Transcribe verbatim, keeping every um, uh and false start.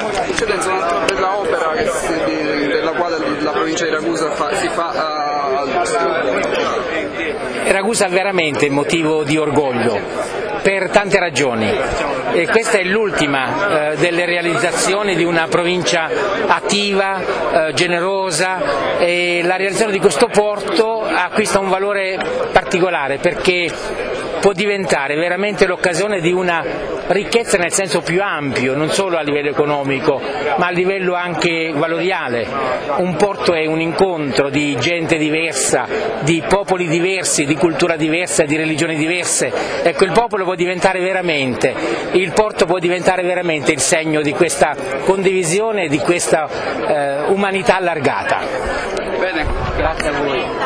C'è penso un'altra bella opera che si, di, della quale la provincia di Ragusa fa, si fa uh, Ragusa è veramente motivo di orgoglio per tante ragioni e questa è l'ultima eh, delle realizzazioni di una provincia attiva, eh, generosa, e la realizzazione di questo porto acquista un valore particolare perché può diventare veramente l'occasione di una ricchezza nel senso più ampio, non solo a livello economico ma a livello anche valoriale. Un porto è un incontro di gente diversa, di popoli diversi, di cultura diversa, di religioni diverse. Ecco, il popolo può diventare veramente, il porto può diventare veramente il segno di questa condivisione, di questa eh, umanità allargata. Bene, grazie a voi.